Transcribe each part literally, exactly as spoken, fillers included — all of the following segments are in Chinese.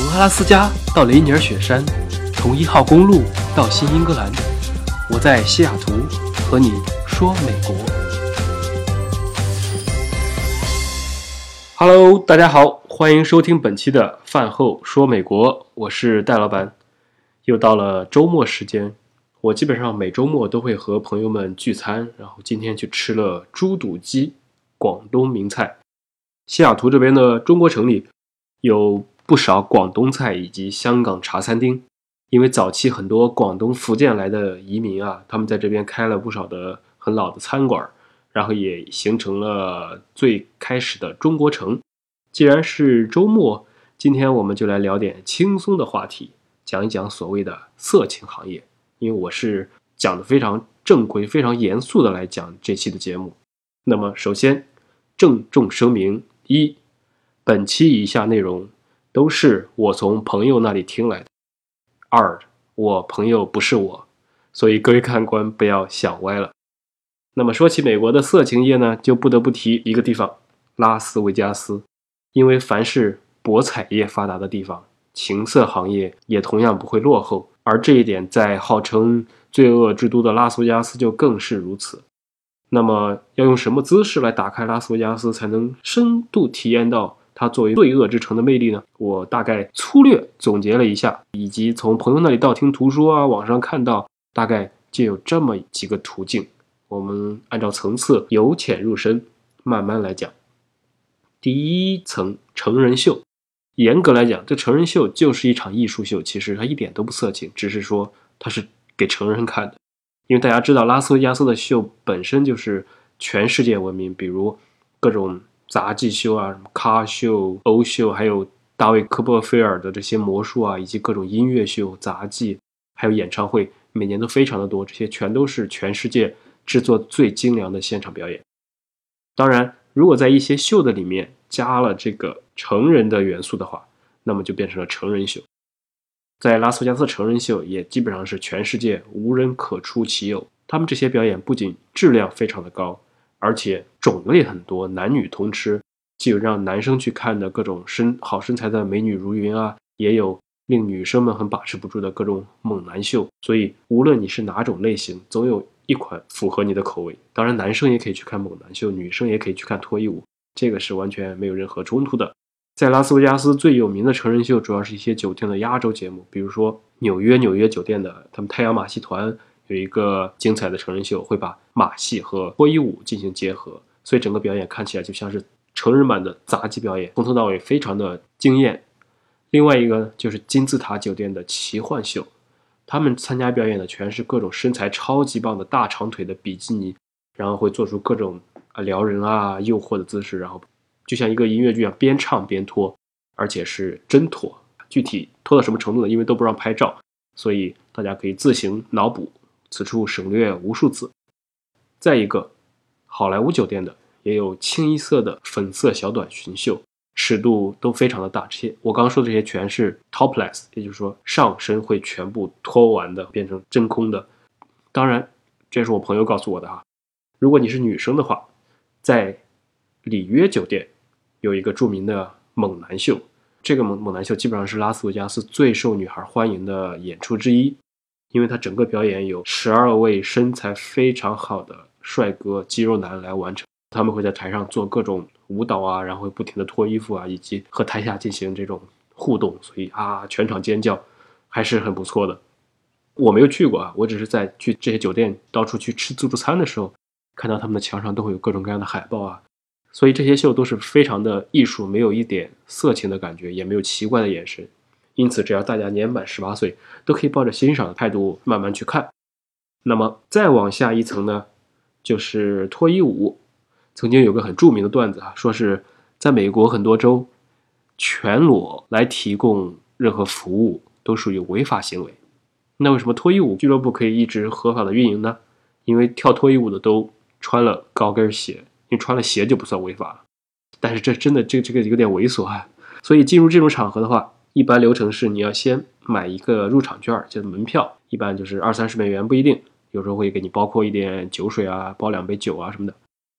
从阿拉斯加到雷尼尔雪山，从一号公路到新英格兰，我在西雅图和你说美国。Hello， 大家好，欢迎收听本期的饭后说美国，我是戴老板。又到了周末时间，我基本上每周末都会和朋友们聚餐，然后今天去吃了猪肚鸡，广东名菜。西雅图这边的中国城里有不少广东菜以及香港茶餐厅，因为早期很多广东福建来的移民啊，他们在这边开了不少的很老的餐馆，然后也形成了最开始的中国城。既然是周末，今天我们就来聊点轻松的话题，讲一讲所谓的色情行业，因为我是讲的非常正规非常严肃的来讲这期的节目。那么首先郑重声明，一，本期以下内容都是我从朋友那里听来的。二，我朋友不是我，所以各位看官不要想歪了。那么说起美国的色情业呢，就不得不提一个地方，拉斯维加斯。因为凡是博彩业发达的地方，情色行业也同样不会落后，而这一点在号称罪恶之都的拉斯维加斯就更是如此。那么要用什么姿势来打开拉斯维加斯才能深度体验到它作为罪恶之城的魅力呢？我大概粗略总结了一下，以及从朋友那里道听途说啊，网上看到，大概就有这么几个途径。我们按照层次由浅入深，慢慢来讲。第一层，成人秀。严格来讲，这成人秀就是一场艺术秀，其实它一点都不色情，只是说它是给成人看的。因为大家知道拉斯维加斯的秀本身就是全世界闻名，比如各种杂技秀啊，什么咖秀、欧秀，还有大卫科波菲尔的这些魔术啊，以及各种音乐秀、杂技，还有演唱会，每年都非常的多，这些全都是全世界制作最精良的现场表演。当然如果在一些秀的里面加了这个成人的元素的话，那么就变成了成人秀。在拉斯维加斯成人秀也基本上是全世界无人可出其右，他们这些表演不仅质量非常的高，而且种类很多，男女通吃，既有让男生去看的各种身好身材的美女如云啊，也有令女生们很把持不住的各种猛男秀，所以无论你是哪种类型，总有一款符合你的口味。当然男生也可以去看猛男秀，女生也可以去看脱衣舞，这个是完全没有任何冲突的。在拉斯维加斯最有名的成人秀主要是一些酒店的压轴节目，比如说纽约纽约酒店的他们太阳马戏团有一个精彩的成人秀，会把马戏和脱衣舞进行结合，所以整个表演看起来就像是成人版的杂技表演，从头到尾非常的惊艳。另外一个就是金字塔酒店的奇幻秀，他们参加表演的全是各种身材超级棒的大长腿的比基尼，然后会做出各种啊撩人啊诱惑的姿势，然后就像一个音乐剧一样边唱边脱，而且是真脱。具体脱到什么程度呢？因为都不让拍照，所以大家可以自行脑补，此处省略无数字。再一个，好莱坞酒店的也有清一色的粉色小短裙秀，尺度都非常的大，这些我刚刚说的这些全是 topless， 也就是说上身会全部脱完的，变成真空的。当然这是我朋友告诉我的哈。如果你是女生的话，在里约酒店有一个著名的猛男秀，这个猛猛男秀基本上是拉斯维加斯最受女孩欢迎的演出之一，因为它整个表演有十二位身材非常好的帅哥肌肉男来完成，他们会在台上做各种舞蹈啊，然后会不停的脱衣服啊，以及和台下进行这种互动，所以啊全场尖叫，还是很不错的。我没有去过啊，我只是在去这些酒店到处去吃自助餐的时候，看到他们的墙上都会有各种各样的海报啊，所以这些秀都是非常的艺术，没有一点色情的感觉，也没有奇怪的眼神。因此只要大家年满十八岁，都可以抱着欣赏的态度慢慢去看。那么再往下一层呢，就是脱衣舞。曾经有个很著名的段子啊，说是在美国很多州，全裸来提供任何服务都属于违法行为。那为什么脱衣舞俱乐部可以一直合法的运营呢？因为跳脱衣舞的都穿了高跟鞋，因为穿了鞋就不算违法了。但是这真的这这个有点猥琐啊。所以进入这种场合的话，一般流程是你要先买一个入场券，就是门票，一般就是二三十美元不一定，有时候会给你包括一点酒水啊，包两杯酒啊什么的。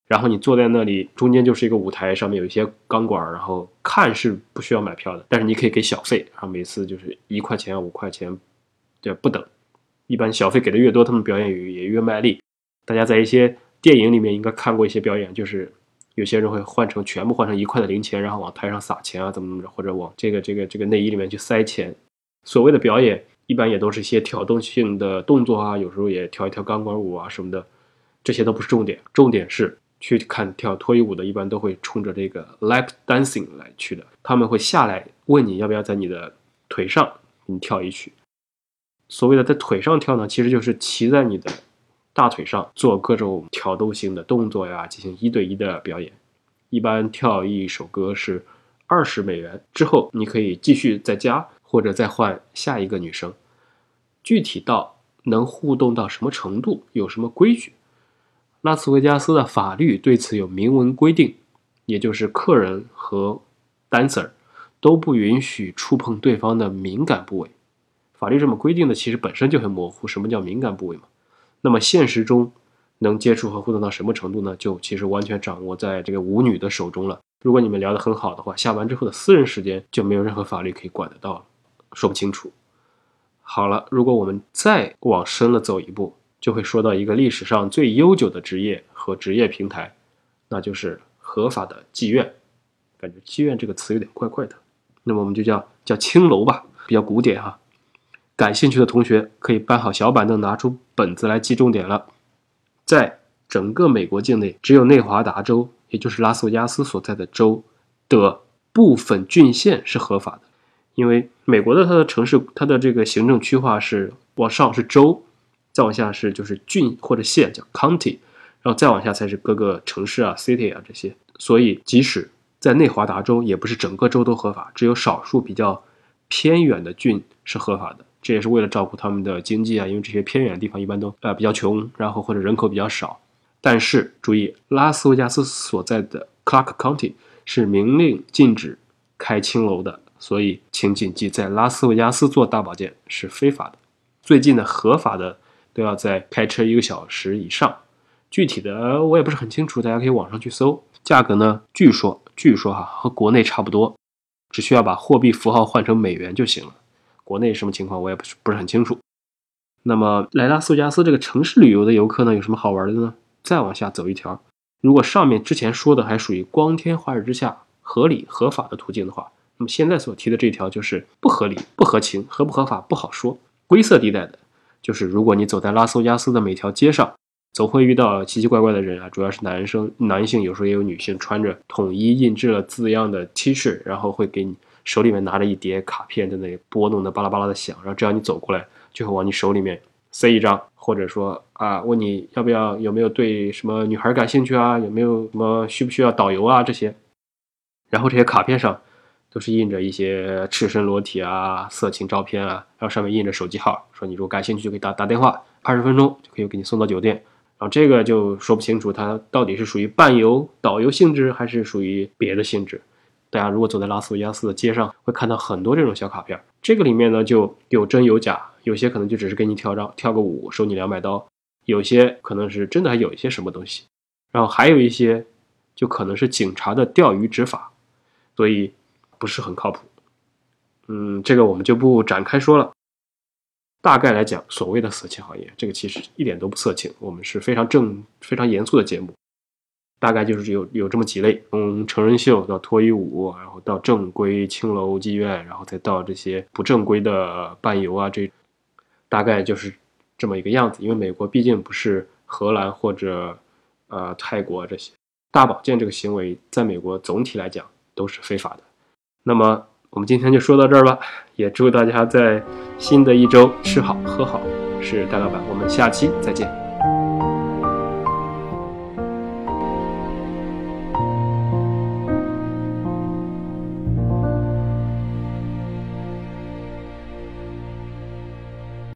然后你坐在那里，中间就是一个舞台，上面有一些钢管，然后看是不需要买票的，但是你可以给小费，然后每次就是一块钱、五块钱，对，不等。一般小费给的越多，他们表演也越卖力。大家在一些电影里面应该看过一些表演，就是有些人会换成全部换成一块的零钱，然后往台上撒钱啊，怎么怎么着，或者往这个这个这个内衣里面去塞钱。所谓的表演，一般也都是一些挑动性的动作啊，有时候也跳一跳钢管舞啊什么的，这些都不是重点，重点是去看跳脱衣舞的，一般都会冲着这个 lap dancing 来去的，他们会下来问你要不要在你的腿上给你跳一曲。所谓的在腿上跳呢，其实就是骑在你的大腿上做各种挑逗性的动作呀，进行一对一的表演。一般跳一首歌是二十美元，之后你可以继续再加或者再换下一个女生。具体到能互动到什么程度，有什么规矩，拉斯维加斯的法律对此有明文规定，也就是客人和 dancer 都不允许触碰对方的敏感部位。法律这么规定的其实本身就很模糊，什么叫敏感部位嘛？那么现实中能接触和互动到什么程度呢？就其实完全掌握在这个舞女的手中了。如果你们聊得很好的话，下班之后的私人时间就没有任何法律可以管得到了，说不清楚。好了，如果我们再往深了走一步，就会说到一个历史上最悠久的职业和职业平台，那就是合法的妓院。感觉妓院这个词有点怪怪的，那么我们就叫叫青楼吧，比较古典哈。感兴趣的同学可以搬好小板凳，拿出本子来记重点了。在整个美国境内，只有内华达州，也就是拉斯维加斯所在的州的部分郡县是合法的。因为美国的它的城市，它的这个行政区划是往上是州，再往下是就是郡或者县，叫 county， 然后再往下才是各个城市啊 city 啊这些。所以即使在内华达州，也不是整个州都合法，只有少数比较偏远的郡是合法的。这也是为了照顾他们的经济啊，因为这些偏远的地方一般都呃比较穷，然后或者人口比较少。但是注意，拉斯维加斯所在的 Clark County 是明令禁止开青楼的，所以请谨记，在拉斯维加斯做大保健是非法的。最近的合法的都要在开车一个小时以上，具体的我也不是很清楚，大家可以网上去搜。价格呢，据说据说哈和国内差不多，只需要把货币符号换成美元就行了。国内什么情况我也不是不是很清楚。那么来拉斯维加斯这个城市旅游的游客呢，有什么好玩的呢？再往下走一条，如果上面之前说的还属于光天化日之下合理合法的途径的话，那么现在所提的这条就是不合理、不合情、合不合法不好说，灰色地带的，就是如果你走在拉斯维加斯的每条街上，总会遇到奇奇怪怪的人啊，主要是男生、男性，有时候也有女性，穿着统一印制了字样的 T 恤，然后会给你手里面拿着一叠卡片，在那里拨弄的巴拉巴拉的响，然后只要你走过来，就会往你手里面塞一张，或者说啊，问你要不要，有没有对什么女孩感兴趣啊，有没有什么需不需要导游啊这些。然后这些卡片上都是印着一些赤身裸体啊、色情照片啊，然后上面印着手机号，说你如果感兴趣就可以打打电话，二十分钟就可以给你送到酒店。然后这个就说不清楚，它到底是属于伴游、导游性质，还是属于别的性质。大家如果走在拉斯维加斯的街上，会看到很多这种小卡片。这个里面呢，就有真有假，有些可能就只是给你跳张跳个舞，收你两百刀；有些可能是真的还有一些什么东西，然后还有一些就可能是警察的钓鱼执法，所以不是很靠谱。嗯，这个我们就不展开说了。大概来讲，所谓的色情行业，这个其实一点都不色情，我们是非常正、非常严肃的节目。大概就是有有这么几类，从成人秀到脱衣舞，然后到正规青楼妓院，然后再到这些不正规的伴游啊，这大概就是这么一个样子。因为美国毕竟不是荷兰或者呃泰国这些，大保健这个行为在美国总体来讲都是非法的。那么我们今天就说到这儿吧，也祝大家在新的一周吃好喝好。我是戴老板，我们下期再见。